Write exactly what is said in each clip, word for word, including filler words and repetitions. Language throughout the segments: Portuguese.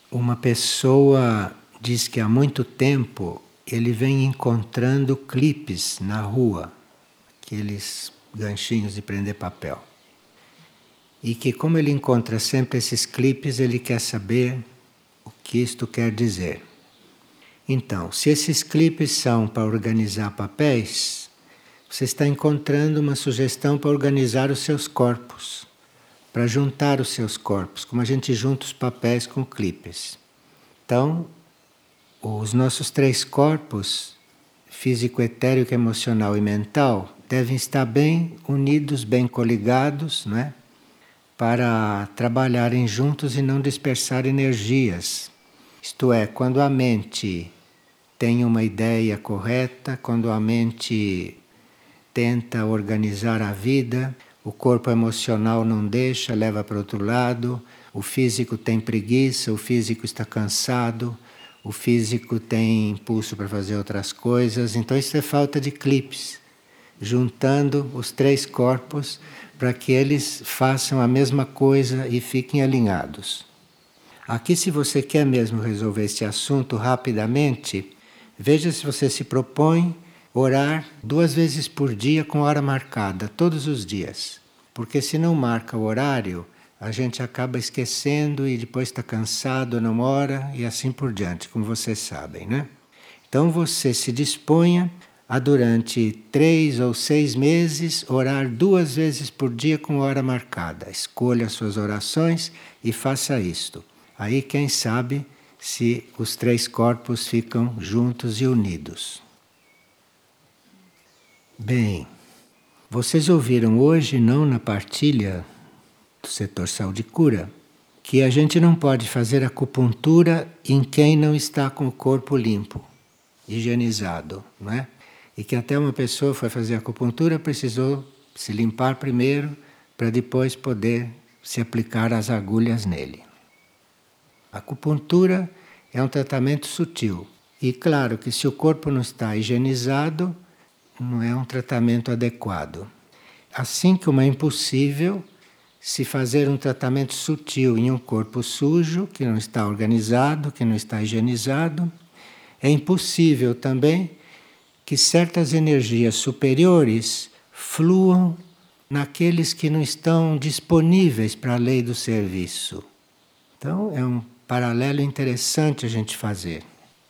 Uma pessoa diz que há muito tempo ele vem encontrando clipes na rua, aqueles ganchinhos de prender papel. E que como ele encontra sempre esses clipes, ele quer saber o que isto quer dizer. Então, se esses clipes são para organizar papéis, você está encontrando uma sugestão para organizar os seus corpos, para juntar os seus corpos, como a gente junta os papéis com clipes. Então, os nossos três corpos, físico, etérico, emocional e mental, devem estar bem unidos, bem coligados, não é? Para trabalharem juntos e não dispersar energias. Isto é, quando a mente tem uma ideia correta, quando a mente tenta organizar a vida, o corpo emocional não deixa, leva para outro lado, o físico tem preguiça, o físico está cansado, o físico tem impulso para fazer outras coisas. Então isso é falta de clipes, juntando os três corpos para que eles façam a mesma coisa e fiquem alinhados. Aqui, se você quer mesmo resolver esse assunto rapidamente, veja se você se propõe orar duas vezes por dia com hora marcada, todos os dias. Porque se não marca o horário, a gente acaba esquecendo e depois está cansado, não ora e assim por diante, como vocês sabem, né? Então você se disponha a durante três ou seis meses orar duas vezes por dia com hora marcada. Escolha as suas orações e faça isto. Aí quem sabe se os três corpos ficam juntos e unidos. Bem, vocês ouviram hoje, não na partilha do setor saúde e cura, que a gente não pode fazer acupuntura em quem não está com o corpo limpo, higienizado, não é? E que até uma pessoa foi fazer acupuntura precisou se limpar primeiro para depois poder se aplicar as agulhas nele. A acupuntura é um tratamento sutil. E claro que se o corpo não está higienizado, não é um tratamento adequado. Assim como é impossível se fazer um tratamento sutil em um corpo sujo, que não está organizado, que não está higienizado, é impossível também que certas energias superiores fluam naqueles que não estão disponíveis para a lei do serviço. Então é um paralelo interessante a gente fazer.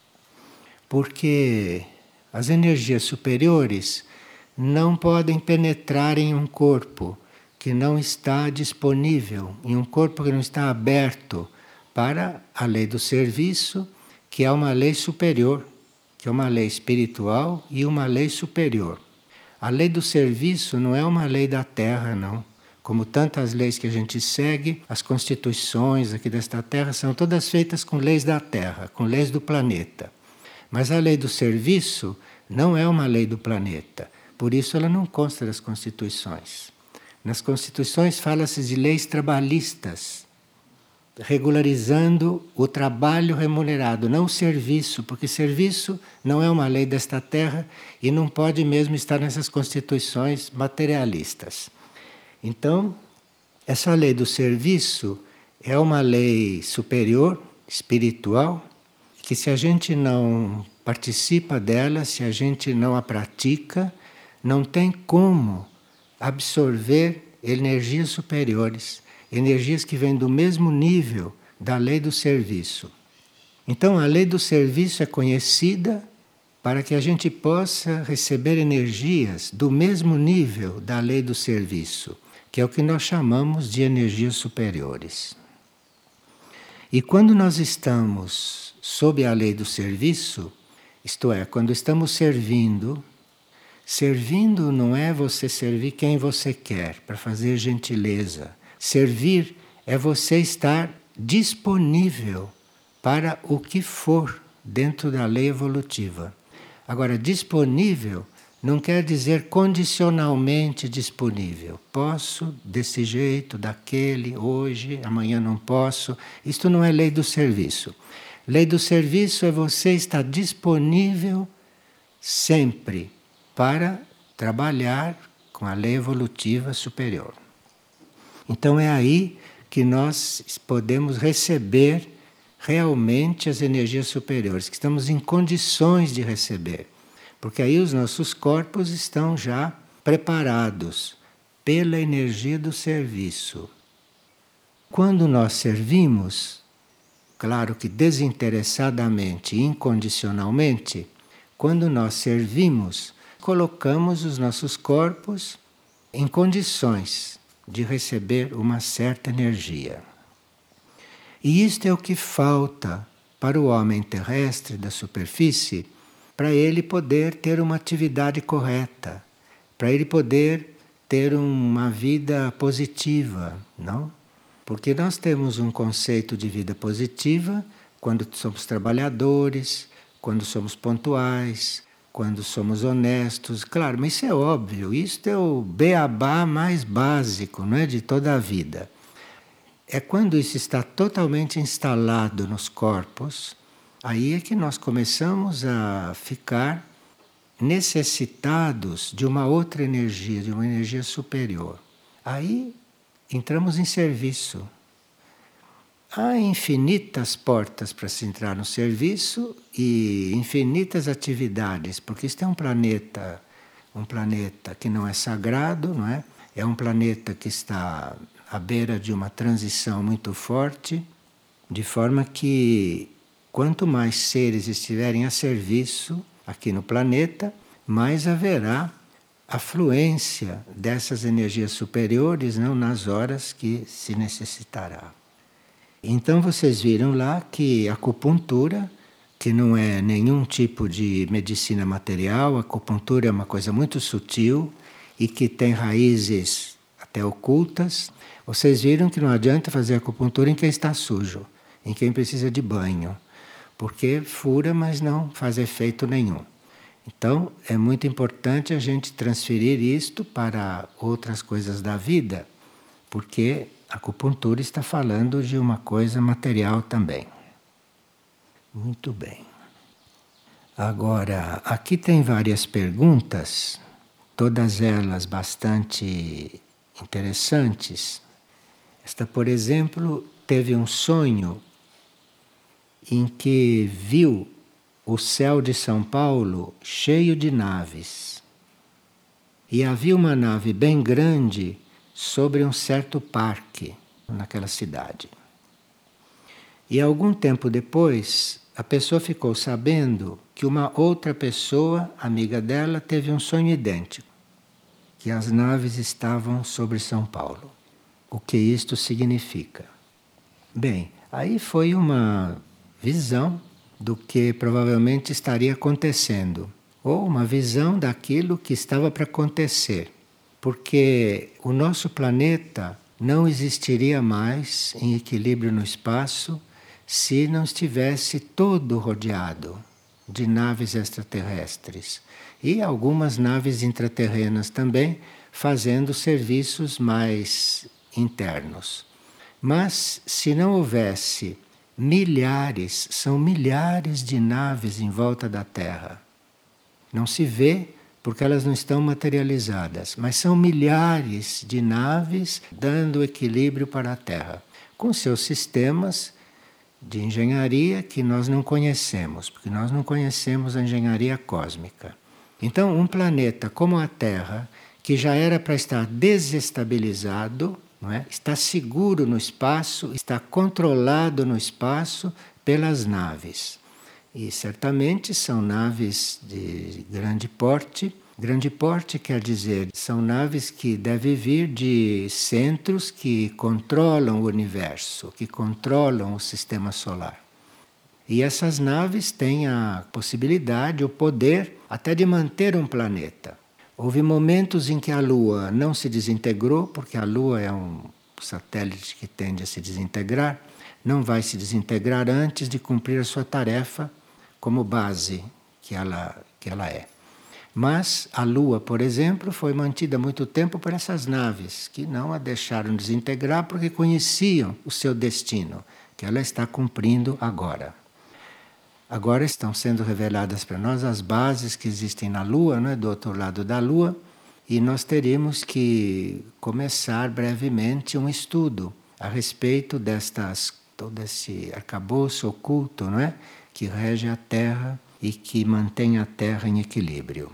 Porque as energias superiores não podem penetrar em um corpo que não está disponível, em um corpo que não está aberto para a lei do serviço, que é uma lei superior, que é uma lei espiritual e uma lei superior. A lei do serviço não é uma lei da Terra, não. Como tantas leis que a gente segue, as constituições aqui desta Terra são todas feitas com leis da Terra, com leis do planeta. Mas a lei do serviço não é uma lei do planeta, por isso ela não consta das constituições. Nas constituições fala-se de leis trabalhistas, regularizando o trabalho remunerado, não o serviço, porque serviço não é uma lei desta terra e não pode mesmo estar nessas constituições materialistas. Então, essa lei do serviço é uma lei superior, espiritual, que se a gente não participa dela, se a gente não a pratica, não tem como absorver energias superiores, energias que vêm do mesmo nível da lei do serviço. Então a lei do serviço é conhecida para que a gente possa receber energias do mesmo nível da lei do serviço, que é o que nós chamamos de energias superiores. E quando nós estamos sob a lei do serviço, isto é, quando estamos servindo, servindo não é você servir quem você quer, para fazer gentileza. Servir é você estar disponível para o que for dentro da lei evolutiva. Agora, disponível não quer dizer condicionalmente disponível. Posso desse jeito, daquele, hoje, amanhã não posso. Isto não é lei do serviço. Lei do serviço é você estar disponível sempre para trabalhar com a lei evolutiva superior. Então é aí que nós podemos receber realmente as energias superiores, que estamos em condições de receber. Porque aí os nossos corpos estão já preparados pela energia do serviço. Quando nós servimos, claro que desinteressadamente e incondicionalmente, quando nós servimos, colocamos os nossos corpos em condições de receber uma certa energia. E isto é o que falta para o homem terrestre da superfície, para ele poder ter uma atividade correta, para ele poder ter uma vida positiva, não? Porque nós temos um conceito de vida positiva quando somos trabalhadores, quando somos pontuais, quando somos honestos. Claro, mas isso é óbvio, isto é o beabá mais básico, não é, de toda a vida. É quando isso está totalmente instalado nos corpos, aí é que nós começamos a ficar necessitados de uma outra energia, de uma energia superior. Aí entramos em serviço. Há infinitas portas para se entrar no serviço e infinitas atividades, porque este é um planeta, um planeta que não é sagrado, não é? É um planeta que está à beira de uma transição muito forte, de forma que quanto mais seres estiverem a serviço aqui no planeta, mais haverá afluência dessas energias superiores, não, nas horas que se necessitará. Então vocês viram lá que a acupuntura, que não é nenhum tipo de medicina material, a acupuntura é uma coisa muito sutil e que tem raízes até ocultas. Vocês viram que não adianta fazer acupuntura em quem está sujo, em quem precisa de banho, porque fura, mas não faz efeito nenhum. Então, é muito importante a gente transferir isto para outras coisas da vida, porque a acupuntura está falando de uma coisa material também. Muito bem. Agora, aqui tem várias perguntas, todas elas bastante interessantes. Esta, por exemplo, teve um sonho em que viu o céu de São Paulo cheio de naves. E havia uma nave bem grande sobre um certo parque naquela cidade. E algum tempo depois, a pessoa ficou sabendo que uma outra pessoa, amiga dela, teve um sonho idêntico, que as naves estavam sobre São Paulo. O que isto significa? Bem, aí foi uma visão do que provavelmente estaria acontecendo, ou uma visão daquilo que estava para acontecer, porque o nosso planeta não existiria mais em equilíbrio no espaço se não estivesse todo rodeado de naves extraterrestres e algumas naves intraterrenas também fazendo serviços mais internos. Mas se não houvesse milhares, são milhares de naves em volta da Terra. Não se vê porque elas não estão materializadas, mas são milhares de naves dando equilíbrio para a Terra, com seus sistemas de engenharia que nós não conhecemos, porque nós não conhecemos a engenharia cósmica. Então, um planeta como a Terra, que já era para estar desestabilizado, não é? Está seguro no espaço, está controlado no espaço pelas naves. E certamente são naves de grande porte. Grande porte quer dizer, são naves que devem vir de centros que controlam o universo, que controlam o sistema solar. E essas naves têm a possibilidade, o poder, até de manter um planeta. Houve momentos em que a Lua não se desintegrou, porque a Lua é um satélite que tende a se desintegrar, não vai se desintegrar antes de cumprir a sua tarefa como base que ela, que ela é. Mas a Lua, por exemplo, foi mantida muito tempo por essas naves, que não a deixaram desintegrar porque conheciam o seu destino, que ela está cumprindo agora. Agora estão sendo reveladas para nós as bases que existem na Lua, não é? Do outro lado da Lua, e nós teríamos que começar brevemente um estudo a respeito destas todo esse arcabouço oculto, não é? Que rege a Terra e que mantém a Terra em equilíbrio.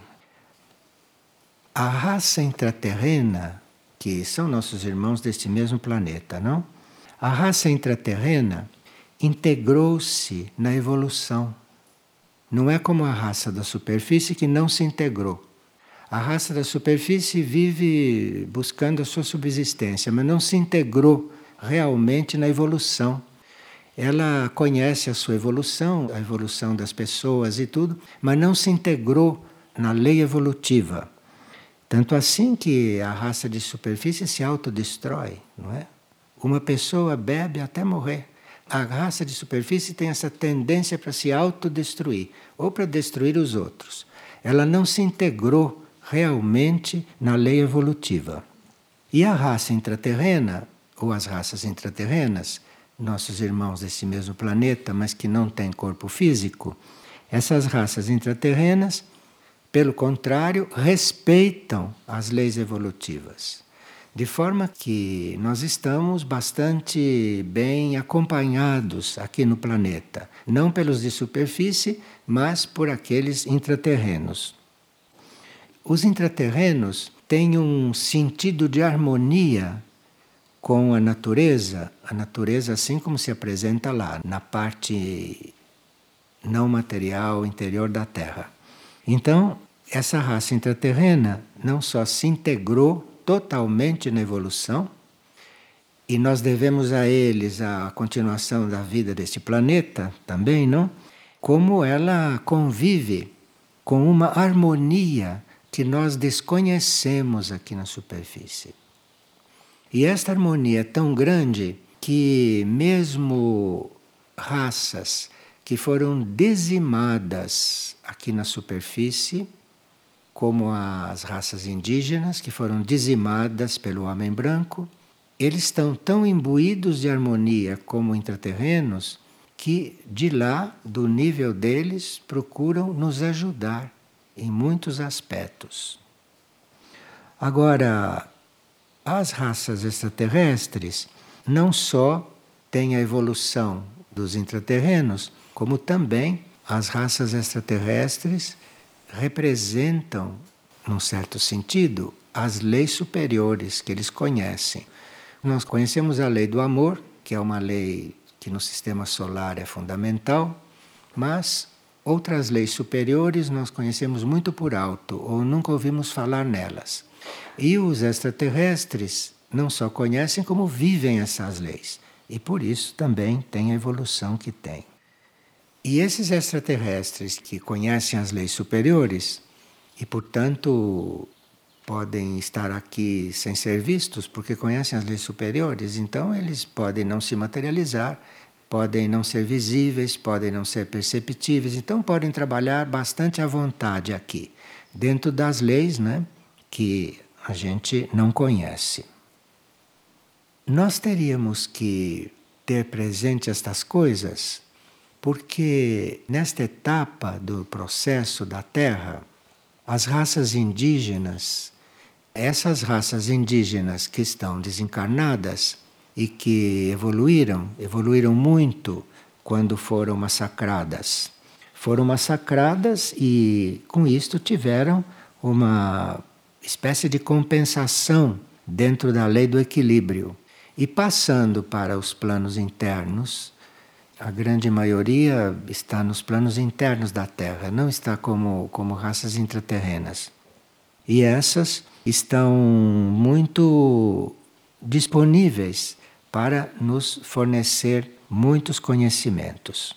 A raça intraterrena, que são nossos irmãos deste mesmo planeta, não? A raça intraterrena integrou-se na evolução. Não é como a raça da superfície que não se integrou. A raça da superfície vive buscando a sua subsistência, mas não se integrou realmente na evolução. Ela conhece a sua evolução, a evolução das pessoas e tudo, mas não se integrou na lei evolutiva. Tanto assim que a raça de superfície se autodestrói, não é? Uma pessoa bebe até morrer. A raça de superfície tem essa tendência para se autodestruir, ou para destruir os outros. Ela não se integrou realmente na lei evolutiva. E a raça intraterrena, ou as raças intraterrenas, nossos irmãos desse mesmo planeta, mas que não têm corpo físico, essas raças intraterrenas, pelo contrário, respeitam as leis evolutivas. De forma que nós estamos bastante bem acompanhados aqui no planeta, não pelos de superfície, mas por aqueles intraterrenos. Os intraterrenos têm um sentido de harmonia com a natureza, a natureza assim como se apresenta lá, na parte não material interior da Terra. Então, essa raça intraterrena não só se integrou totalmente na evolução, e nós devemos a eles a continuação da vida deste planeta também, não? Como ela convive com uma harmonia que nós desconhecemos aqui na superfície. E esta harmonia é tão grande que mesmo raças que foram dizimadas aqui na superfície, como as raças indígenas, que foram dizimadas pelo homem branco, eles estão tão imbuídos de harmonia como intraterrenos que de lá, do nível deles, procuram nos ajudar em muitos aspectos. Agora, as raças extraterrestres não só têm a evolução dos intraterrenos, como também as raças extraterrestres representam, num certo sentido, as leis superiores que eles conhecem. Nós conhecemos a lei do amor, que é uma lei que no sistema solar é fundamental, mas outras leis superiores nós conhecemos muito por alto ou nunca ouvimos falar nelas. E os extraterrestres não só conhecem, como vivem essas leis. E por isso também têm a evolução que têm. E esses extraterrestres que conhecem as leis superiores e, portanto, podem estar aqui sem ser vistos porque conhecem as leis superiores, então eles podem não se materializar, podem não ser visíveis, podem não ser perceptíveis, então podem trabalhar bastante à vontade aqui, dentro das leis, né, que a gente não conhece. Nós teríamos que ter presente estas coisas porque nesta etapa do processo da Terra, as raças indígenas, essas raças indígenas que estão desencarnadas e que evoluíram, evoluíram muito quando foram massacradas. Foram massacradas e com isto tiveram uma espécie de compensação dentro da lei do equilíbrio. E passando para os planos internos, a grande maioria está nos planos internos da Terra, não está como, como raças intraterrenas. E essas estão muito disponíveis para nos fornecer muitos conhecimentos.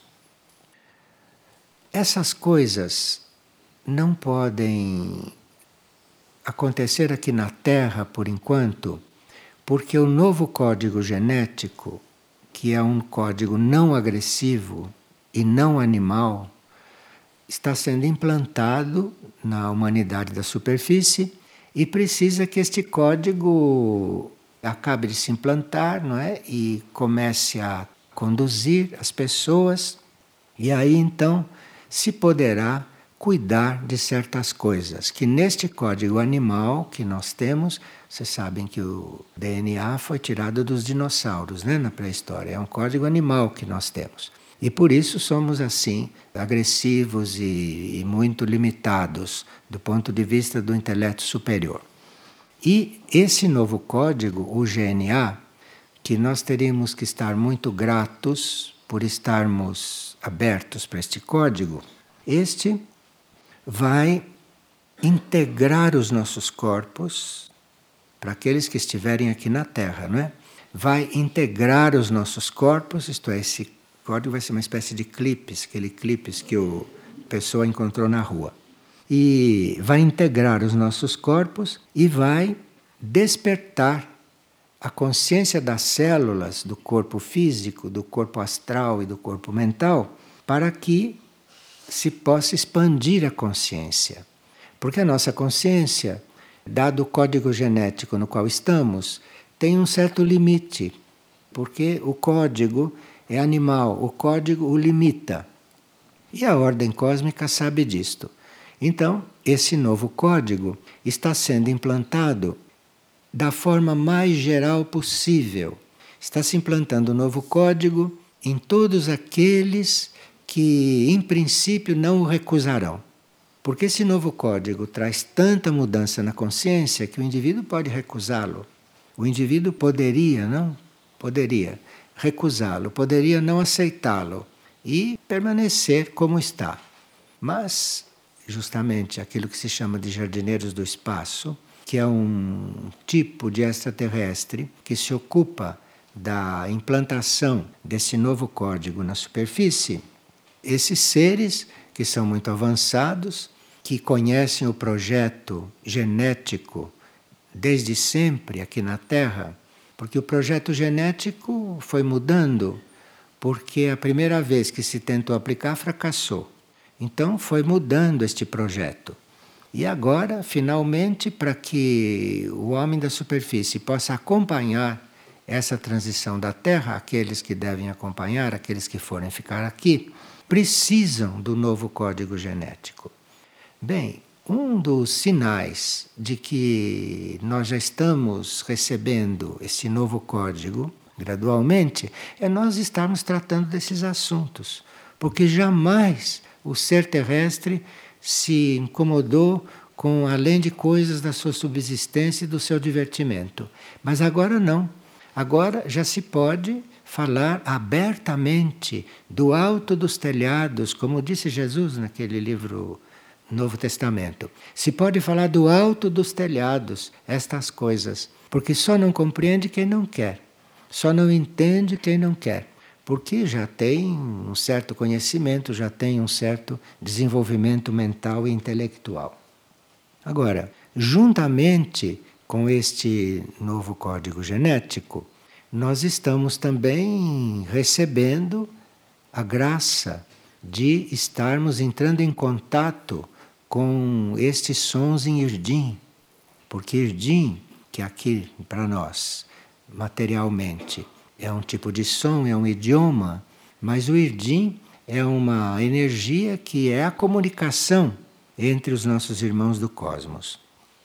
Essas coisas não podem acontecer aqui na Terra por enquanto, porque o novo código genético, que é um código não agressivo e não animal, está sendo implantado na humanidade da superfície e precisa que este código acabe de se implantar, não é? E comece a conduzir as pessoas, e aí então se poderá cuidar de certas coisas, que neste código animal que nós temos, vocês sabem que o D N A foi tirado dos dinossauros, né, na pré-história, é um código animal que nós temos. E por isso somos assim, agressivos e, e muito limitados do ponto de vista do intelecto superior. E esse novo código, o G N A, que nós teríamos que estar muito gratos por estarmos abertos para este código, este vai integrar os nossos corpos, para aqueles que estiverem aqui na Terra, não é? Vai integrar os nossos corpos, isto é, esse código vai ser uma espécie de clipes, aquele clipes que o pessoa encontrou na rua. E vai integrar os nossos corpos e vai despertar a consciência das células do corpo físico, do corpo astral e do corpo mental, para que se possa expandir a consciência. Porque a nossa consciência, dado o código genético no qual estamos, tem um certo limite, porque o código é animal, o código o limita. E a ordem cósmica sabe disto. Então, esse novo código está sendo implantado da forma mais geral possível. Está se implantando um novo código em todos aqueles que, em princípio, não o recusarão. Porque esse novo código traz tanta mudança na consciência que o indivíduo pode recusá-lo. O indivíduo poderia, não? Poderia recusá-lo, poderia não aceitá-lo e permanecer como está. Mas, justamente aquilo que se chama de jardineiros do espaço, que é um tipo de extraterrestre que se ocupa da implantação desse novo código na superfície, esses seres que são muito avançados, que conhecem o projeto genético desde sempre aqui na Terra, porque o projeto genético foi mudando, porque a primeira vez que se tentou aplicar fracassou. Então foi mudando este projeto. E agora, finalmente, para que o homem da superfície possa acompanhar essa transição da Terra, aqueles que devem acompanhar, aqueles que forem ficar aqui, precisam do novo código genético. Bem, um dos sinais de que nós já estamos recebendo esse novo código gradualmente é nós estarmos tratando desses assuntos, porque jamais o ser terrestre se incomodou com além de coisas da sua subsistência e do seu divertimento. Mas agora não. Agora já se pode falar abertamente do alto dos telhados, como disse Jesus naquele livro Novo Testamento. Se pode falar do alto dos telhados, estas coisas, porque só não compreende quem não quer, só não entende quem não quer, porque já tem um certo conhecimento, já tem um certo desenvolvimento mental e intelectual. Agora, juntamente com este novo código genético, nós estamos também recebendo a graça de estarmos entrando em contato com estes sons em Irdim, porque Irdim, que aqui para nós, materialmente, é um tipo de som, é um idioma, mas o Irdim é uma energia que é a comunicação entre os nossos irmãos do cosmos.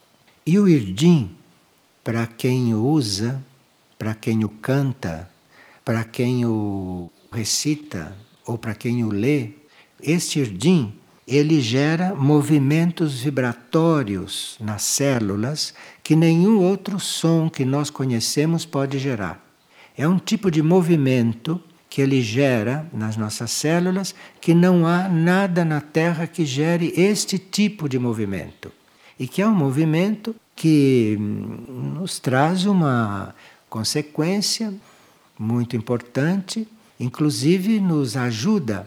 E o Irdim, para quem o usa, para quem o canta, para quem o recita ou para quem o lê, este Irdim, ele gera movimentos vibratórios nas células que nenhum outro som que nós conhecemos pode gerar. É um tipo de movimento que ele gera nas nossas células que não há nada na Terra que gere este tipo de movimento. E que é um movimento que nos traz uma consequência muito importante, inclusive nos ajuda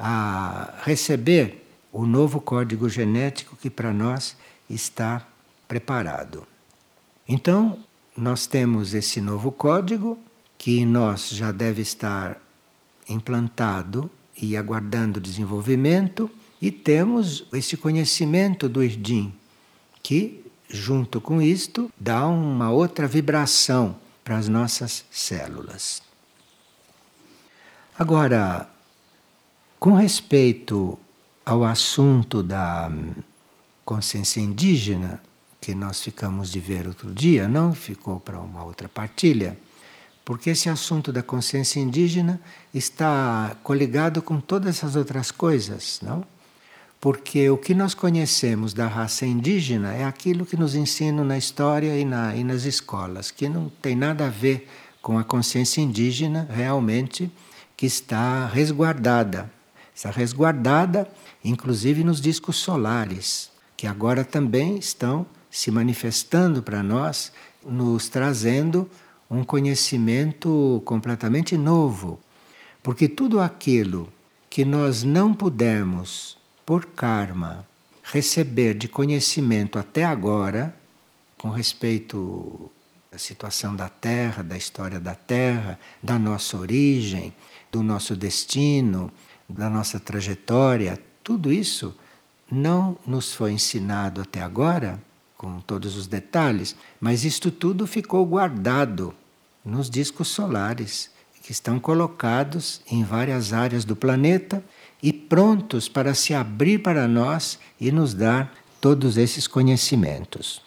a receber o novo código genético que para nós está preparado. Então, nós temos esse novo código que em nós já deve estar implantado e aguardando desenvolvimento, e temos esse conhecimento do Irdim, que, junto com isto, dá uma outra vibração para as nossas células. Agora, com respeito ao assunto da consciência indígena, que nós ficamos de ver outro dia, não ficou para uma outra partilha, porque esse assunto da consciência indígena está coligado com todas essas outras coisas, não? Porque o que nós conhecemos da raça indígena é aquilo que nos ensinam na história e, na, e nas escolas, que não tem nada a ver com a consciência indígena realmente, que está resguardada. Está resguardada, inclusive nos discos solares, que agora também estão se manifestando para nós, nos trazendo um conhecimento completamente novo. Porque tudo aquilo que nós não pudemos, por karma, receber de conhecimento até agora, com respeito à situação da Terra, da história da Terra, da nossa origem, do nosso destino, da nossa trajetória, tudo isso não nos foi ensinado até agora, com todos os detalhes, mas isto tudo ficou guardado nos discos solares, que estão colocados em várias áreas do planeta e prontos para se abrir para nós e nos dar todos esses conhecimentos.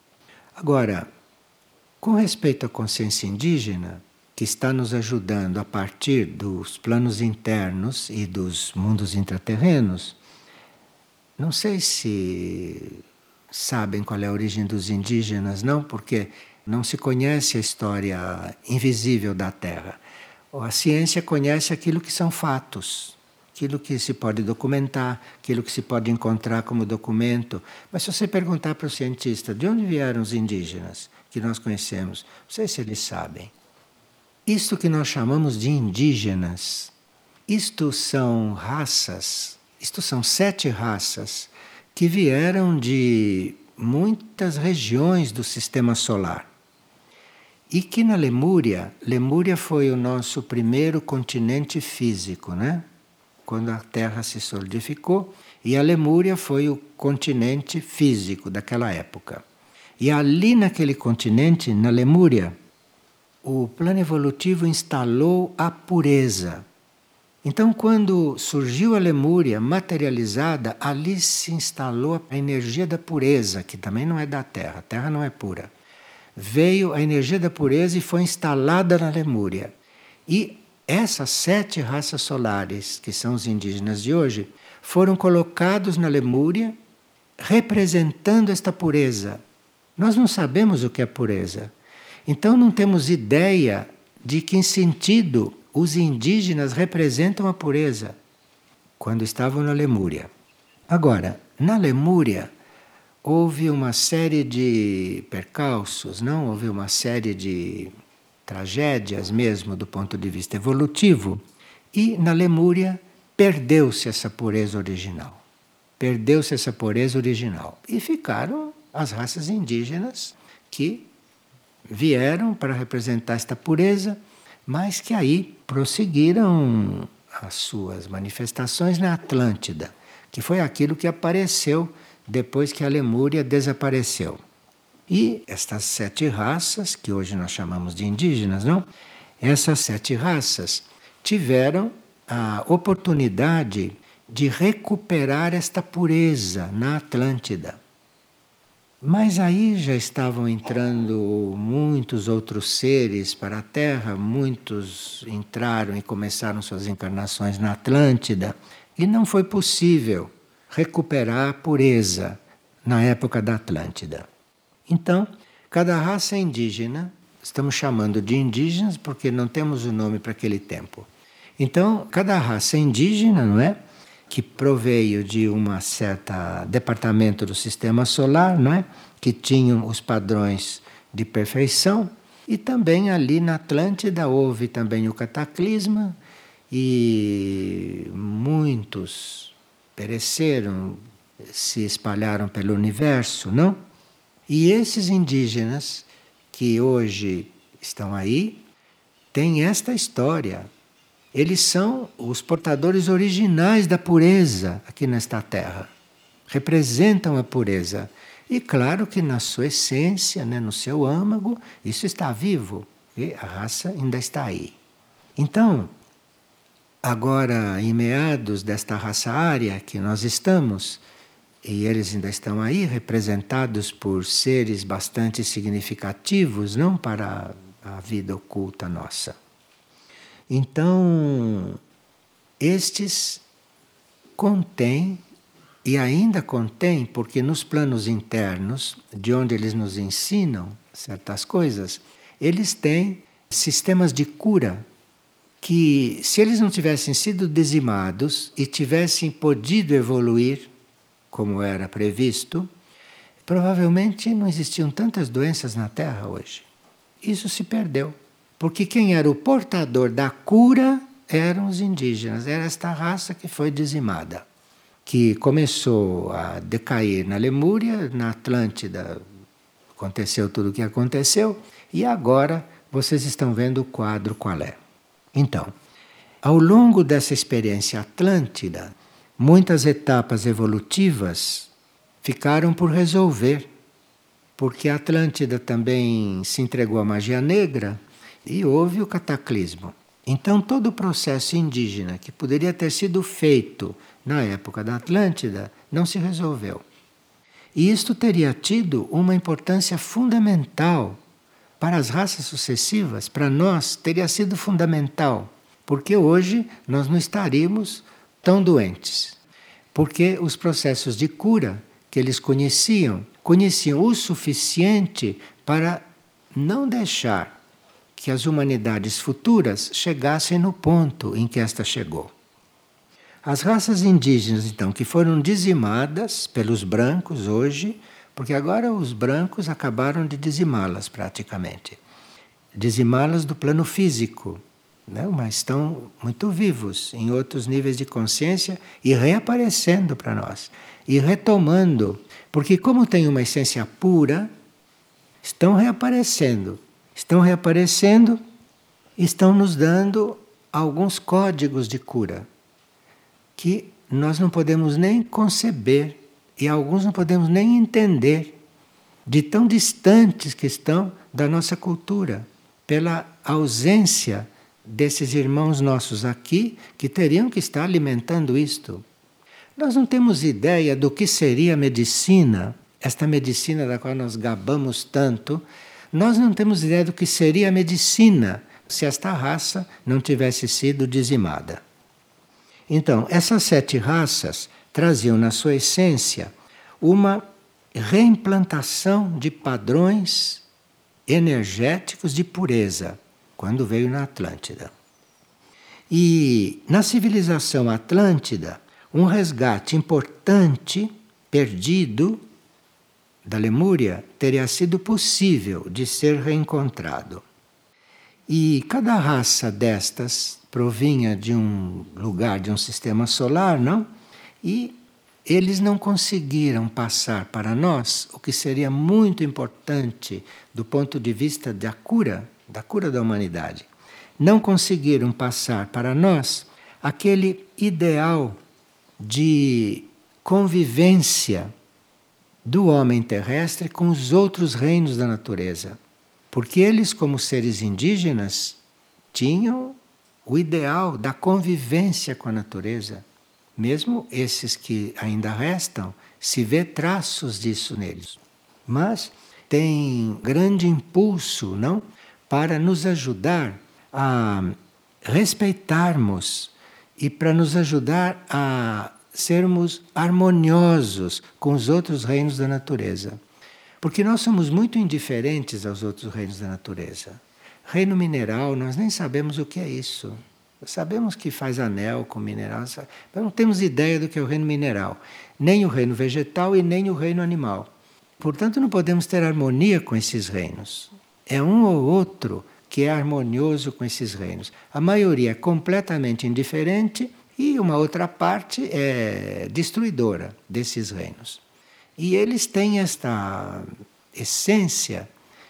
Agora, com respeito à consciência indígena, que está nos ajudando a partir dos planos internos e dos mundos intraterrenos, não sei se sabem qual é a origem dos indígenas, não, porque não se conhece a história invisível da Terra. A ciência conhece aquilo que são fatos, aquilo que se pode documentar, aquilo que se pode encontrar como documento. Mas se você perguntar para o cientista de onde vieram os indígenas que nós conhecemos, não sei se eles sabem. Isto que nós chamamos de indígenas, isto são raças, isto são sete raças que vieram de muitas regiões do sistema solar. E que na Lemúria, Lemúria foi o nosso primeiro continente físico, né? Quando a Terra se solidificou, e a Lemúria foi o continente físico daquela época. E ali naquele continente, na Lemúria, o plano evolutivo instalou a pureza. Então, quando surgiu a Lemúria materializada, ali se instalou a energia da pureza, que também não é da Terra, a Terra não é pura. Veio a energia da pureza e foi instalada na Lemúria. E essas sete raças solares, que são os indígenas de hoje, foram colocados na Lemúria, representando esta pureza. Nós não sabemos o que é pureza. Então não temos ideia de que sentido os indígenas representam a pureza quando estavam na Lemúria. Agora, na Lemúria houve uma série de percalços, não? Houve uma série de tragédias mesmo do ponto de vista evolutivo, e na Lemúria perdeu-se essa pureza original. Perdeu-se essa pureza original e ficaram as raças indígenas que vieram para representar esta pureza, mas que aí prosseguiram as suas manifestações na Atlântida, que foi aquilo que apareceu depois que a Lemúria desapareceu. E estas sete raças, que hoje nós chamamos de indígenas, não? Essas sete raças tiveram a oportunidade de recuperar esta pureza na Atlântida. Mas aí já estavam entrando muitos outros seres para a Terra, muitos entraram e começaram suas encarnações na Atlântida, e não foi possível recuperar a pureza na época da Atlântida. Então, cada raça indígena, estamos chamando de indígenas porque não temos o nome para aquele tempo. Então, cada raça indígena, não é? Que proveio de uma certa departamento do sistema solar, não é? Que tinham os padrões de perfeição, e também ali na Atlântida houve também o cataclisma e muitos pereceram, se espalharam pelo universo, não? E esses indígenas que hoje estão aí têm esta história. Eles são os portadores originais da pureza aqui nesta Terra. Representam a pureza. E claro que na sua essência, né, no seu âmago, isso está vivo. E a raça ainda está aí. Então, Agora, em meados desta raça ária que nós estamos, e eles ainda estão aí representados por seres bastante significativos, não para a vida oculta nossa. Então, estes contêm, e ainda contêm, porque nos planos internos, de onde eles nos ensinam certas coisas, eles têm sistemas de cura que, se eles não tivessem sido dizimados e tivessem podido evoluir como era previsto, provavelmente não existiam tantas doenças na Terra hoje. Isso se perdeu, porque quem era o portador da cura eram os indígenas, era esta raça que foi dizimada, que começou a decair na Lemúria, na Atlântida aconteceu tudo o que aconteceu, e agora vocês estão vendo o quadro qual é. Então, ao longo dessa experiência atlântida, muitas etapas evolutivas ficaram por resolver, porque a Atlântida também se entregou à magia negra e houve o cataclismo. Então todo o processo indígena que poderia ter sido feito na época da Atlântida não se resolveu. E isto teria tido uma importância fundamental para as raças sucessivas, para nós teria sido fundamental, porque hoje nós não estaríamos tão doentes, porque os processos de cura que eles conheciam, conheciam o suficiente para não deixar que as humanidades futuras chegassem no ponto em que esta chegou. As raças indígenas, então, que foram dizimadas pelos brancos hoje, porque agora os brancos acabaram de dizimá-las praticamente. Dizimá-las do plano físico, né? Mas estão muito vivos em outros níveis de consciência e reaparecendo para nós. E retomando, porque como tem uma essência pura, estão reaparecendo. Estão reaparecendo, estão nos dando alguns códigos de cura que nós não podemos nem conceber e alguns não podemos nem entender, de tão distantes que estão da nossa cultura, pela ausência desses irmãos nossos aqui que teriam que estar alimentando isto. Nós não temos ideia do que seria a medicina, esta medicina da qual nós gabamos tanto. Nós não temos ideia do que seria a medicina se esta raça não tivesse sido dizimada. Então, essas sete raças traziam na sua essência uma reimplantação de padrões energéticos de pureza, quando veio na Atlântida. E na civilização Atlântida, um resgate importante, perdido, da Lemúria, teria sido possível de ser reencontrado. E cada raça destas provinha de um lugar, de um sistema solar, não? E eles não conseguiram passar para nós o que seria muito importante do ponto de vista da cura, da cura da humanidade. Não conseguiram passar para nós aquele ideal de convivência do homem terrestre com os outros reinos da natureza. Porque eles, como seres indígenas, tinham o ideal da convivência com a natureza. Mesmo esses que ainda restam, se vê traços disso neles. Mas tem grande impulso, não? Para nos ajudar a respeitarmos e para nos ajudar a sermos harmoniosos com os outros reinos da natureza. Porque nós somos muito indiferentes aos outros reinos da natureza. Reino mineral, nós nem sabemos o que é isso. Sabemos que faz anel com mineral, mas não temos ideia do que é o reino mineral. Nem o reino vegetal e nem o reino animal. Portanto, não podemos ter harmonia com esses reinos. É um ou outro que é harmonioso com esses reinos. A maioria é completamente indiferente e uma outra parte é destruidora desses reinos. E eles têm esta essência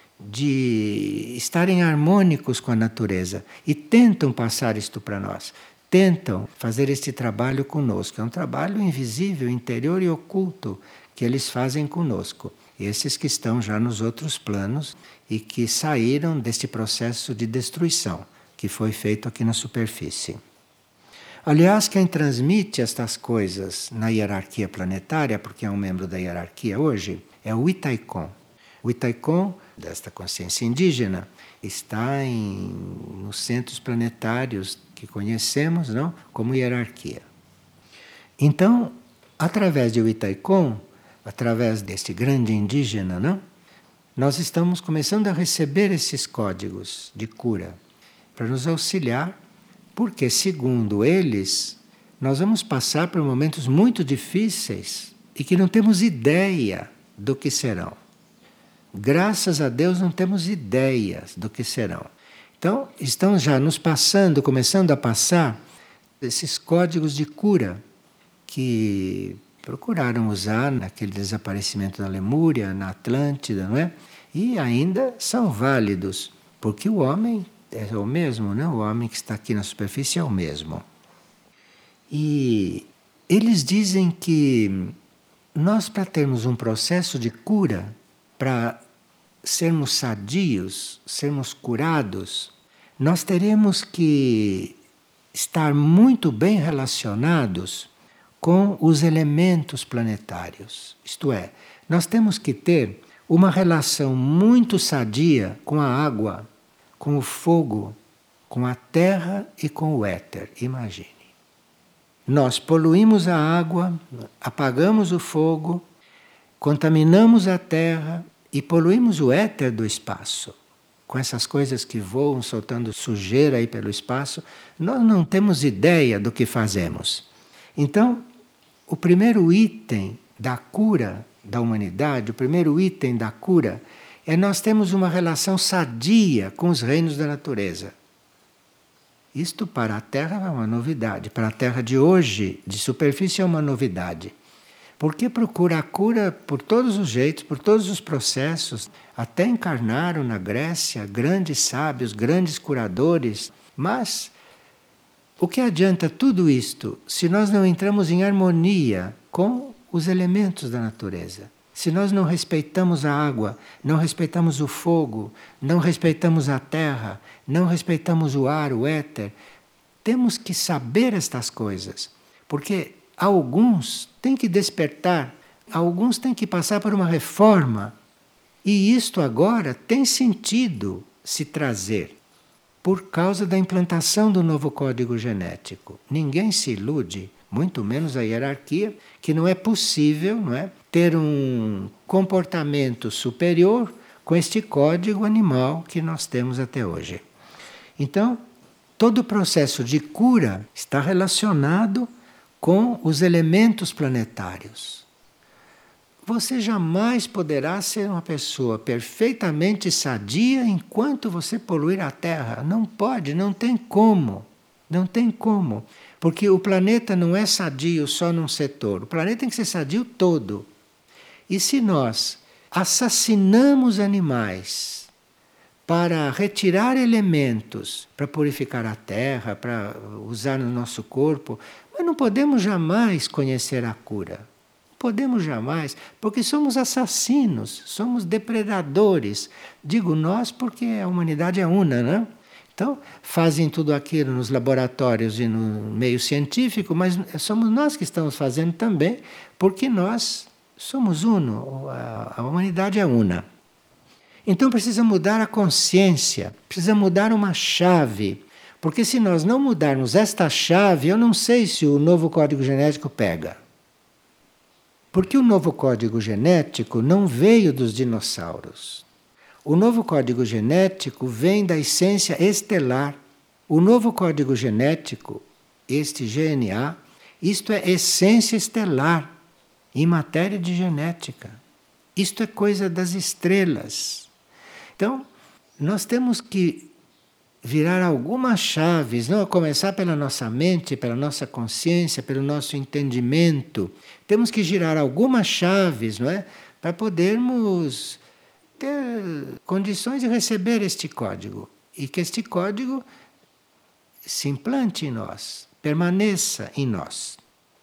de estarem harmônicos com a natureza e tentam passar isto para nós, tentam fazer este trabalho conosco. É um trabalho invisível, interior e oculto que eles fazem conosco. Esses que estão já nos outros planos e que saíram deste processo de destruição que foi feito aqui na superfície. Aliás, quem transmite estas coisas na hierarquia planetária, porque é um membro da hierarquia hoje, é o Itaikon. O Itaikon, desta consciência indígena, está em, nos centros planetários que conhecemos, não, como hierarquia. Então, através de Itaikon, através deste grande indígena, não, nós estamos começando a receber esses códigos de cura para nos auxiliar, porque, segundo eles, nós vamos passar por momentos muito difíceis e que não temos ideia do que serão. Graças a Deus não temos ideias do que serão. Então, estão já nos passando, começando a passar, esses códigos de cura que procuraram usar naquele desaparecimento da Lemúria, na Atlântida, não é? E ainda são válidos, porque o homem é o mesmo, não? O homem que está aqui na superfície é o mesmo. E eles dizem que nós, para termos um processo de cura, para sermos sadios, sermos curados, nós teremos que estar muito bem relacionados com os elementos planetários. Isto é, nós temos que ter uma relação muito sadia com a água, com o fogo, com a terra e com o éter. Imagine. Nós poluímos a água, apagamos o fogo, contaminamos a terra e poluímos o éter do espaço. Com essas coisas que voam soltando sujeira aí pelo espaço, nós não temos ideia do que fazemos. Então, o primeiro item da cura da humanidade, o primeiro item da cura, é nós termos uma relação sadia com os reinos da natureza. Isto para a Terra é uma novidade. Para a Terra de hoje, de superfície, é uma novidade. Porque procura a cura por todos os jeitos, por todos os processos. Até encarnaram na Grécia grandes sábios, grandes curadores. Mas o que adianta tudo isto se nós não entramos em harmonia com os elementos da natureza? Se nós não respeitamos a água, não respeitamos o fogo, não respeitamos a terra, não respeitamos o ar, o éter, temos que saber estas coisas, porque alguns têm que despertar, alguns têm que passar por uma reforma, e isto agora tem sentido se trazer por causa da implantação do novo código genético. Ninguém se ilude, muito menos a hierarquia, que não é possível, não é, ter um comportamento superior com este código animal que nós temos até hoje. Então, todo o processo de cura está relacionado com os elementos planetários. Você jamais poderá ser uma pessoa perfeitamente sadia enquanto você poluir a Terra. Não pode, não tem como. Não tem como. Porque o planeta não é sadio só num setor. O planeta tem que ser sadio todo. E se nós assassinamos animais para retirar elementos, para purificar a terra, para usar no nosso corpo, mas não podemos jamais conhecer a cura. Não podemos jamais, porque somos assassinos, somos depredadores. Digo nós porque a humanidade é una, não é? Então, fazem tudo aquilo nos laboratórios e no meio científico, mas somos nós que estamos fazendo também, porque nós somos uno, a, a humanidade é una. Então precisa mudar a consciência, precisa mudar uma chave, porque se nós não mudarmos esta chave, eu não sei se o novo código genético pega. Porque o novo código genético não veio dos dinossauros. O novo código genético vem da essência estelar. O novo código genético, este G N A, isto é essência estelar em matéria de genética. Isto é coisa das estrelas. Então, nós temos que virar algumas chaves, não? A começar pela nossa mente, pela nossa consciência, pelo nosso entendimento. Temos que girar algumas chaves, não é? Para podermos ter condições de receber este código. E que este código se implante em nós, permaneça em nós.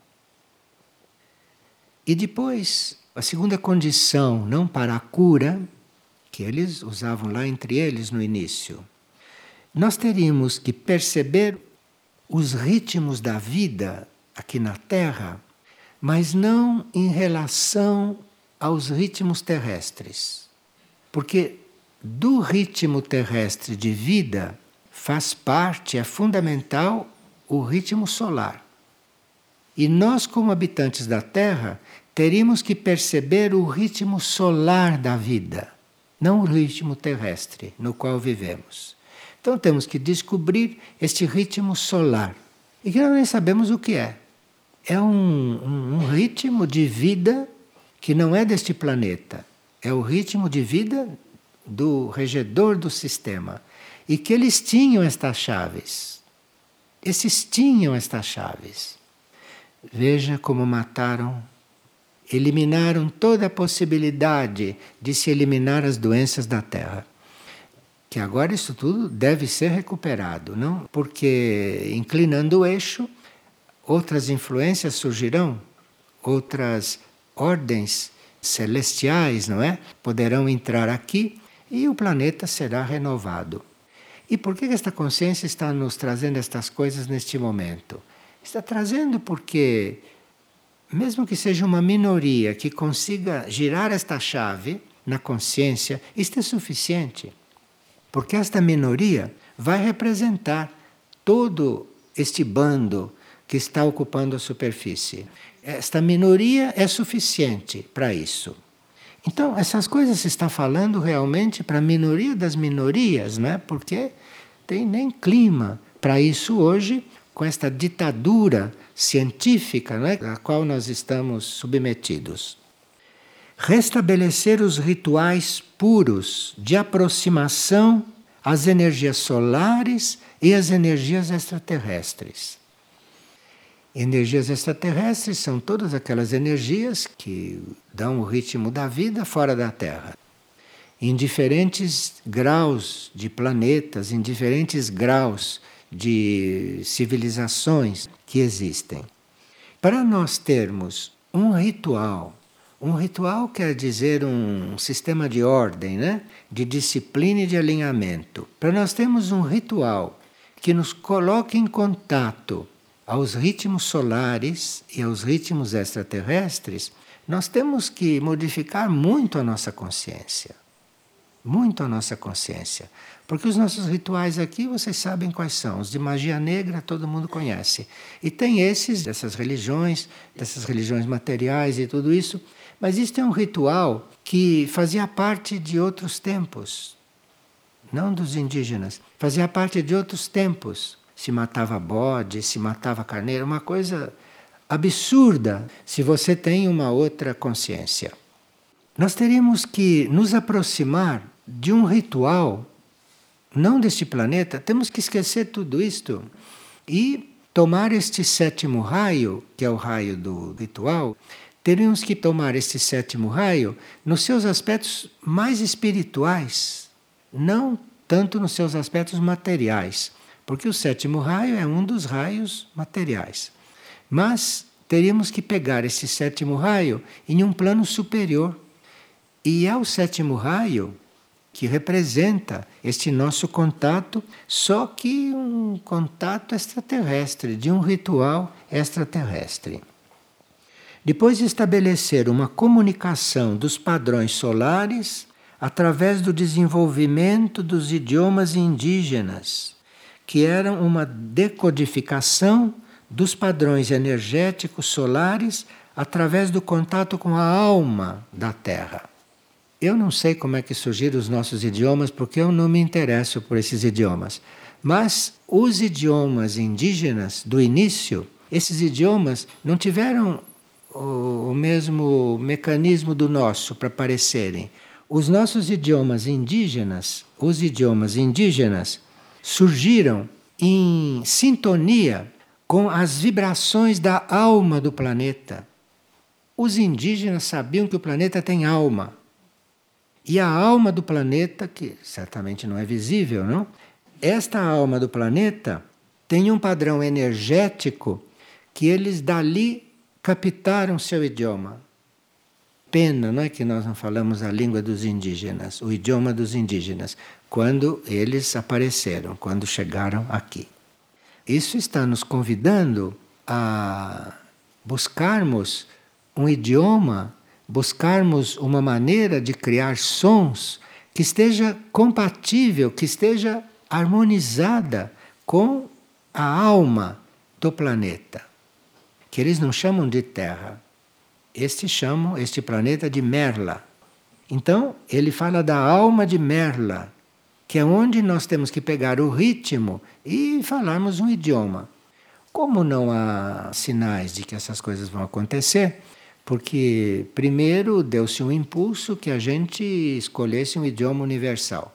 E depois, a segunda condição, não para a cura, que eles usavam lá entre eles no início, nós teríamos que perceber os ritmos da vida aqui na Terra, mas não em relação aos ritmos terrestres. Porque do ritmo terrestre de vida faz parte, é fundamental, o ritmo solar. E nós, como habitantes da Terra, teríamos que perceber o ritmo solar da vida, não o ritmo terrestre no qual vivemos. Então temos que descobrir este ritmo solar, e que nós nem sabemos o que é. É um, um, um ritmo de vida que não é deste planeta. É o ritmo de vida do regedor do sistema. E que eles tinham estas chaves. Esses tinham estas chaves. Veja como mataram, eliminaram toda a possibilidade de se eliminar as doenças da Terra. Que agora isso tudo deve ser recuperado, não? Porque inclinando o eixo, outras influências surgirão, outras ordens celestiais, não é? Poderão entrar aqui e o planeta será renovado. E por que esta consciência está nos trazendo estas coisas neste momento? Está trazendo porque, mesmo que seja uma minoria que consiga girar esta chave na consciência, isto é suficiente. Porque esta minoria vai representar todo este bando que está ocupando a superfície. Esta minoria é suficiente para isso. Então, essas coisas se está falando realmente para a minoria das minorias, não é? Porque tem nem clima para isso hoje, com esta ditadura científica, não é? A qual nós estamos submetidos. Restabelecer os rituais puros de aproximação às energias solares e às energias extraterrestres. Energias extraterrestres são todas aquelas energias que dão o ritmo da vida fora da Terra. Em diferentes graus de planetas, em diferentes graus de civilizações que existem. Para nós termos um ritual, um ritual quer dizer um sistema de ordem, né? De disciplina e de alinhamento. Para nós termos um ritual que nos coloque em contato aos ritmos solares e aos ritmos extraterrestres, nós temos que modificar muito a nossa consciência. Muito a nossa consciência. Porque os nossos rituais aqui, vocês sabem quais são. Os de magia negra, todo mundo conhece. E tem esses, dessas religiões, dessas religiões materiais e tudo isso. Mas isto é um ritual que fazia parte de outros tempos. Não dos indígenas. Fazia parte de outros tempos. Se matava bode, se matava carneiro, uma coisa absurda se você tem uma outra consciência. Nós teríamos que nos aproximar de um ritual, não deste planeta, temos que esquecer tudo isto e tomar este sétimo raio, que é o raio do ritual, teríamos que tomar este sétimo raio nos seus aspectos mais espirituais, não tanto nos seus aspectos materiais. Porque o sétimo raio é um dos raios materiais. Mas teríamos que pegar esse sétimo raio em um plano superior. E é o sétimo raio que representa este nosso contato, só que um contato extraterrestre, de um ritual extraterrestre. Depois de estabelecer uma comunicação dos padrões solares através do desenvolvimento dos idiomas indígenas, que eram uma decodificação dos padrões energéticos solares através do contato com a alma da Terra. Eu não sei como é que surgiram os nossos idiomas, porque eu não me interesso por esses idiomas. Mas os idiomas indígenas do início, esses idiomas não tiveram o mesmo mecanismo do nosso para aparecerem. Os nossos idiomas indígenas, os idiomas indígenas, surgiram em sintonia com as vibrações da alma do planeta. Os indígenas sabiam que o planeta tem alma. E a alma do planeta, que certamente não é visível, não? Esta alma do planeta tem um padrão energético que eles dali captaram seu idioma. Pena, não é que nós não falamos a língua dos indígenas, o idioma dos indígenas, quando eles apareceram, quando chegaram aqui. Isso está nos convidando a buscarmos um idioma, buscarmos uma maneira de criar sons que esteja compatível, que esteja harmonizada com a alma do planeta, que eles não chamam de Terra. Este chamam este planeta de Merla. Então, ele fala da alma de Merla, que é onde nós temos que pegar o ritmo e falarmos um idioma. Como não há sinais de que essas coisas vão acontecer, porque primeiro deu-se um impulso que a gente escolhesse um idioma universal.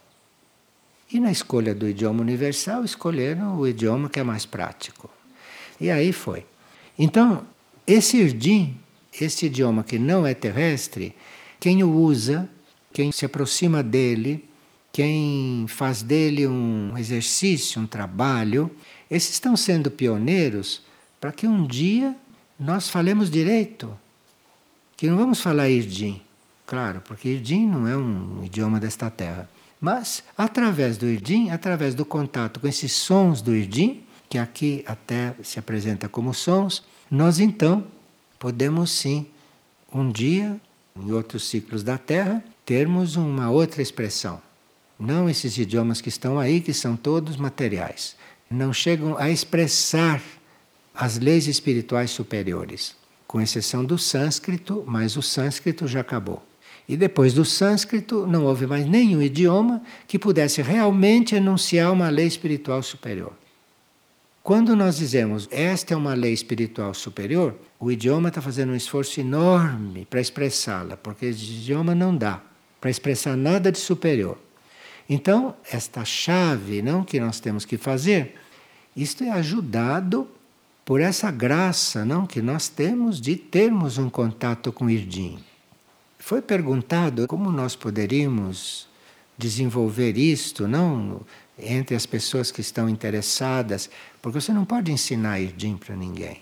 E na escolha do idioma universal, escolheram o idioma que é mais prático. E aí foi. Então, esse Irdim, esse idioma que não é terrestre, quem o usa, quem se aproxima dele, quem faz dele um exercício, um trabalho, esses estão sendo pioneiros para que um dia nós falemos direito. Que não vamos falar Irdim, claro, porque Irdim não é um idioma desta terra. Mas, através do Irdim, através do contato com esses sons do Irdim, que aqui até se apresenta como sons, nós então podemos sim, um dia, em outros ciclos da Terra, termos uma outra expressão. Não esses idiomas que estão aí, que são todos materiais. Não chegam a expressar as leis espirituais superiores. Com exceção do sânscrito, mas o sânscrito já acabou. E depois do sânscrito não houve mais nenhum idioma que pudesse realmente enunciar uma lei espiritual superior. Quando nós dizemos esta é uma lei espiritual superior, o idioma está fazendo um esforço enorme para expressá-la, porque esse idioma não dá para expressar nada de superior. Então, esta chave não, que nós temos que fazer, isto é ajudado por essa graça não, que nós temos de termos um contato com o Irdim. Foi perguntado como nós poderíamos desenvolver isto não, entre as pessoas que estão interessadas, porque você não pode ensinar Irdim para ninguém.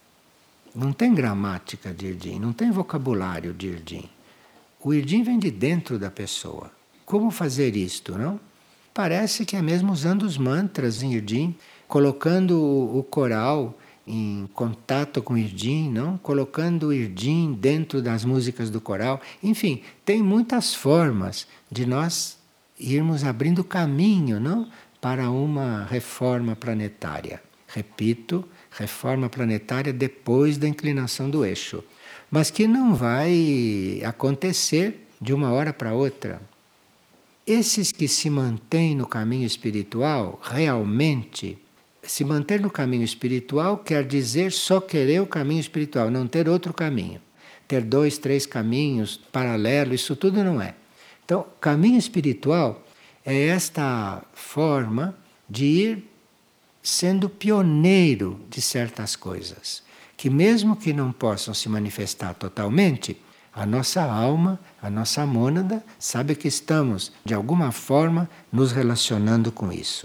Não tem gramática de Irdim, não tem vocabulário de Irdim. O Irdim vem de dentro da pessoa. Como fazer isto, não? Parece que é mesmo usando os mantras em Irdim, colocando o coral em contato com o Irdim, não? Colocando o Irdim dentro das músicas do coral. Enfim, tem muitas formas de nós irmos abrindo caminho, não? Para uma reforma planetária. Repito, reforma planetária depois da inclinação do eixo. Mas que não vai acontecer de uma hora para outra. Esses que se mantêm no caminho espiritual, realmente, se manter no caminho espiritual quer dizer só querer o caminho espiritual, não ter outro caminho. Ter dois, três caminhos paralelos, isso tudo não é. Então, caminho espiritual é esta forma de ir sendo pioneiro de certas coisas, que mesmo que não possam se manifestar totalmente, a nossa alma, a nossa mônada, sabe que estamos, de alguma forma, nos relacionando com isso.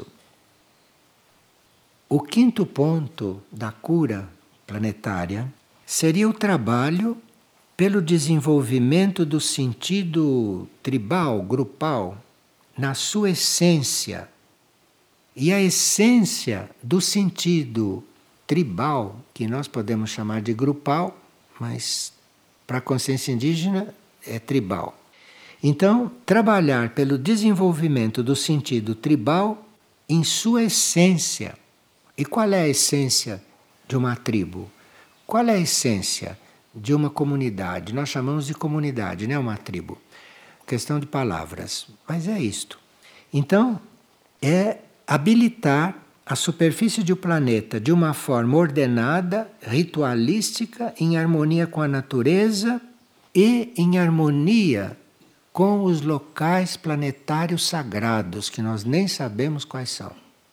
O quinto ponto da cura planetária seria o trabalho pelo desenvolvimento do sentido tribal, grupal, na sua essência. E a essência do sentido tribal, que nós podemos chamar de grupal, mas para a consciência indígena é tribal. Então, trabalhar pelo desenvolvimento do sentido tribal em sua essência. E qual é a essência de uma tribo? Qual é a essência de uma comunidade? Nós chamamos de comunidade, não é uma tribo. Questão de palavras, mas é isto. Então, é habilitar a superfície do planeta de uma forma ordenada, ritualística, em harmonia com a natureza e em harmonia com os locais planetários sagrados, que nós nem sabemos quais são.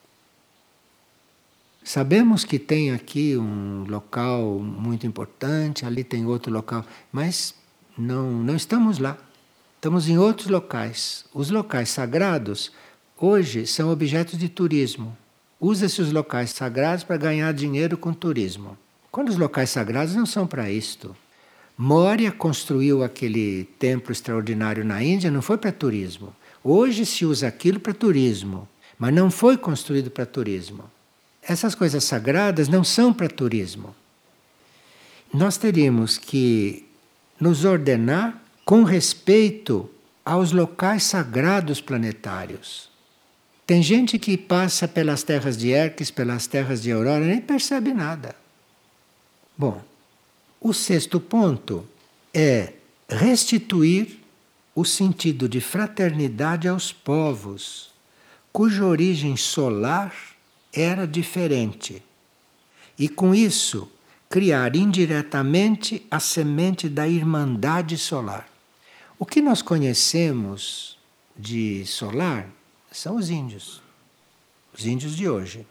Sabemos que tem aqui um local muito importante, ali tem outro local, mas não, não estamos lá. Estamos em outros locais. Os locais sagrados, hoje, são objetos de turismo. Usa-se os locais sagrados para ganhar dinheiro com turismo. Quando os locais sagrados não são para isto. Moria construiu aquele templo extraordinário na Índia, não foi para turismo. Hoje se usa aquilo para turismo, mas não foi construído para turismo. Essas coisas sagradas não são para turismo. Nós teríamos que nos ordenar com respeito aos locais sagrados planetários. Tem gente que passa pelas terras de Hermes, pelas terras de Aurora, e nem percebe nada. Bom, o sexto ponto é restituir o sentido de fraternidade aos povos, cuja origem solar era diferente. E com isso, criar indiretamente a semente da irmandade solar. O que nós conhecemos de solar são os índios, os índios de hoje.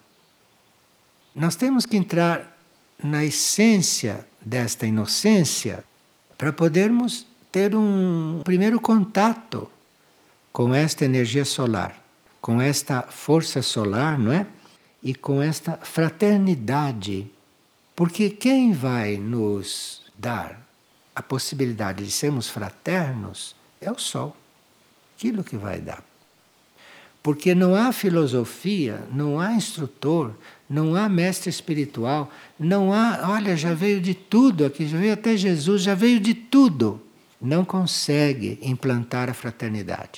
Nós temos que entrar na essência desta inocência para podermos ter um primeiro contato com esta energia solar, com esta força solar, não é? E com esta fraternidade. Porque quem vai nos dar a possibilidade de sermos fraternos é o Sol. Aquilo que vai dar. Porque não há filosofia, não há instrutor, não há mestre espiritual, não há, olha, já veio de tudo aqui, já veio até Jesus, já veio de tudo. Não consegue implantar a fraternidade.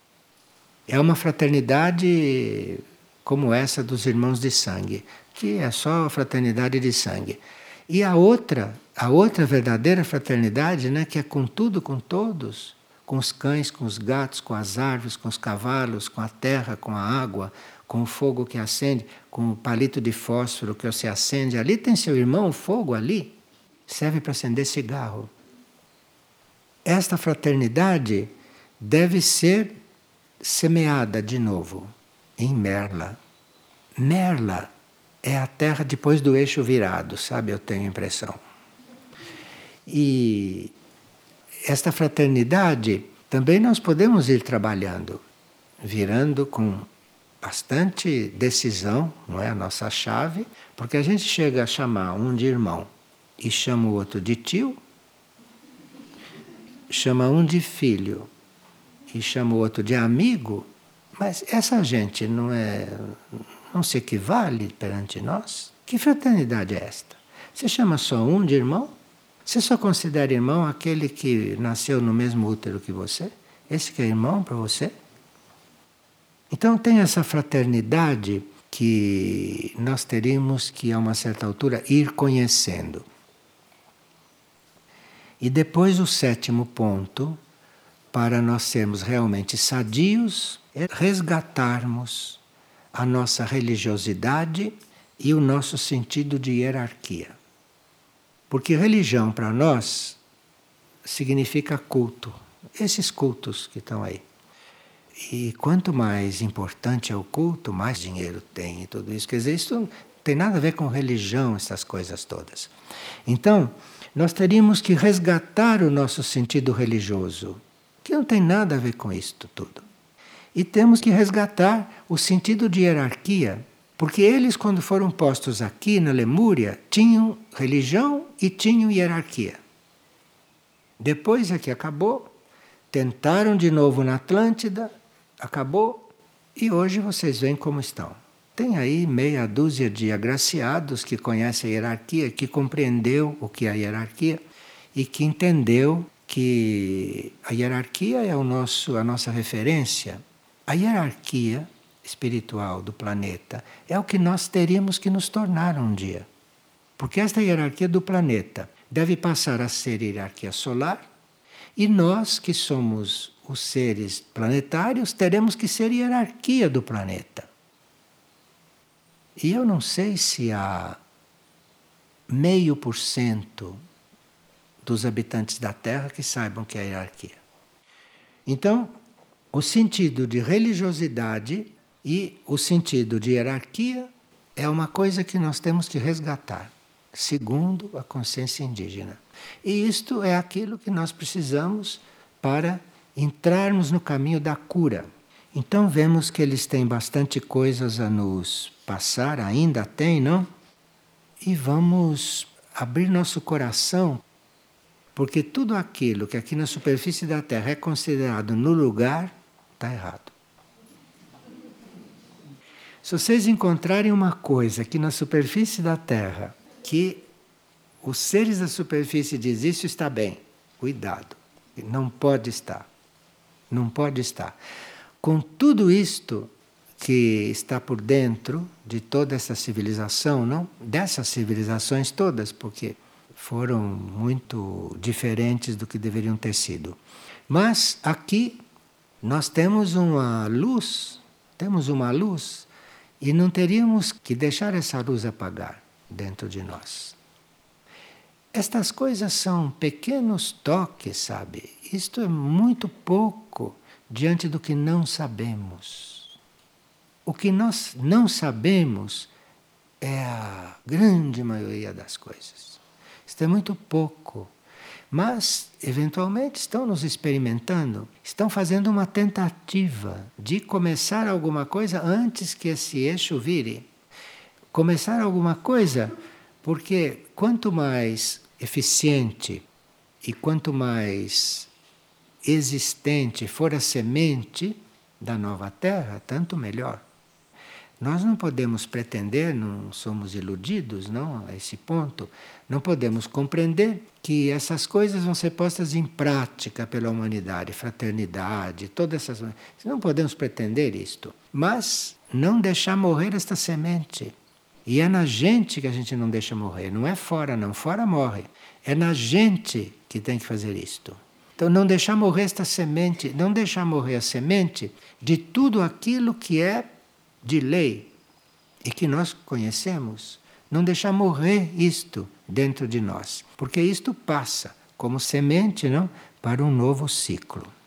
É uma fraternidade como essa dos irmãos de sangue, que é só a fraternidade de sangue. E a outra, a outra verdadeira fraternidade, né, que é com tudo, com todos, com os cães, com os gatos, com as árvores, com os cavalos, com a terra, com a água, com o fogo que acende, com o palito de fósforo que você acende. Ali tem seu irmão, o fogo ali, serve para acender cigarro. Esta fraternidade deve ser semeada de novo em Merla. Merla é a terra depois do eixo virado, sabe? Eu tenho a impressão. E esta fraternidade também nós podemos ir trabalhando, virando com bastante decisão, não é? A nossa chave, porque a gente chega a chamar um de irmão e chama o outro de tio, chama um de filho e chama o outro de amigo, mas essa gente não é, não se equivale perante nós? Que fraternidade é esta? Você chama só um de irmão? Você só considera irmão aquele que nasceu no mesmo útero que você? Esse que é irmão para você? Então tem essa fraternidade que nós teríamos que, a uma certa altura, ir conhecendo. E depois o sétimo ponto, para nós sermos realmente sadios, é resgatarmos a nossa religiosidade e o nosso sentido de hierarquia. Porque religião para nós significa culto. Esses cultos que estão aí. E quanto mais importante é o culto, mais dinheiro tem e tudo isso. Quer dizer, isso não tem nada a ver com religião, essas coisas todas. Então, nós teríamos que resgatar o nosso sentido religioso, que não tem nada a ver com isto tudo. E temos que resgatar o sentido de hierarquia, porque eles, quando foram postos aqui na Lemúria, tinham religião e tinham hierarquia. Depois é que acabou, tentaram de novo na Atlântida, acabou, e hoje vocês veem como estão. Tem aí meia dúzia de agraciados que conhecem a hierarquia, que compreendeu o que é a hierarquia e que entendeu que a hierarquia é o nosso, a nossa referência. A hierarquia espiritual do planeta é o que nós teríamos que nos tornar um dia. Porque esta hierarquia do planeta deve passar a ser hierarquia solar e nós, que somos os seres planetários, teremos que ser hierarquia do planeta. E eu não sei se há meio por cento dos habitantes da Terra que saibam que é a hierarquia. Então, o sentido de religiosidade e o sentido de hierarquia é uma coisa que nós temos que resgatar, segundo a consciência indígena. E isto é aquilo que nós precisamos para entrarmos no caminho da cura. Então vemos que eles têm bastante coisas a nos passar, ainda tem, não? E vamos abrir nosso coração, porque tudo aquilo que aqui na superfície da Terra é considerado no lugar, está errado. Se vocês encontrarem uma coisa aqui na superfície da Terra que os seres da superfície dizem isso está bem, cuidado, não pode estar. Não pode estar. Com tudo isto que está por dentro de toda essa civilização, não? Dessas civilizações todas, porque foram muito diferentes do que deveriam ter sido. Mas aqui nós temos uma luz, temos uma luz, e não teríamos que deixar essa luz apagar dentro de nós. Estas coisas são pequenos toques, sabe? Isto é muito pouco diante do que não sabemos. O que nós não sabemos é a grande maioria das coisas. Isto é muito pouco. Mas, eventualmente, estão nos experimentando, estão fazendo uma tentativa de começar alguma coisa antes que esse eixo vire. Começar alguma coisa, porque quanto mais eficiente e quanto mais existente for a semente da nova terra, tanto melhor. Nós não podemos pretender, não somos iludidos, não, a esse ponto, não podemos compreender que essas coisas vão ser postas em prática pela humanidade, fraternidade, todas essas coisas. Não podemos pretender isto, mas não deixar morrer esta semente. E é na gente que a gente não deixa morrer, não é fora não, fora morre. É na gente que tem que fazer isto. Então não deixar morrer esta semente, não deixar morrer a semente de tudo aquilo que é de lei e que nós conhecemos, não deixar morrer isto dentro de nós, porque isto passa como semente, não, para um novo ciclo.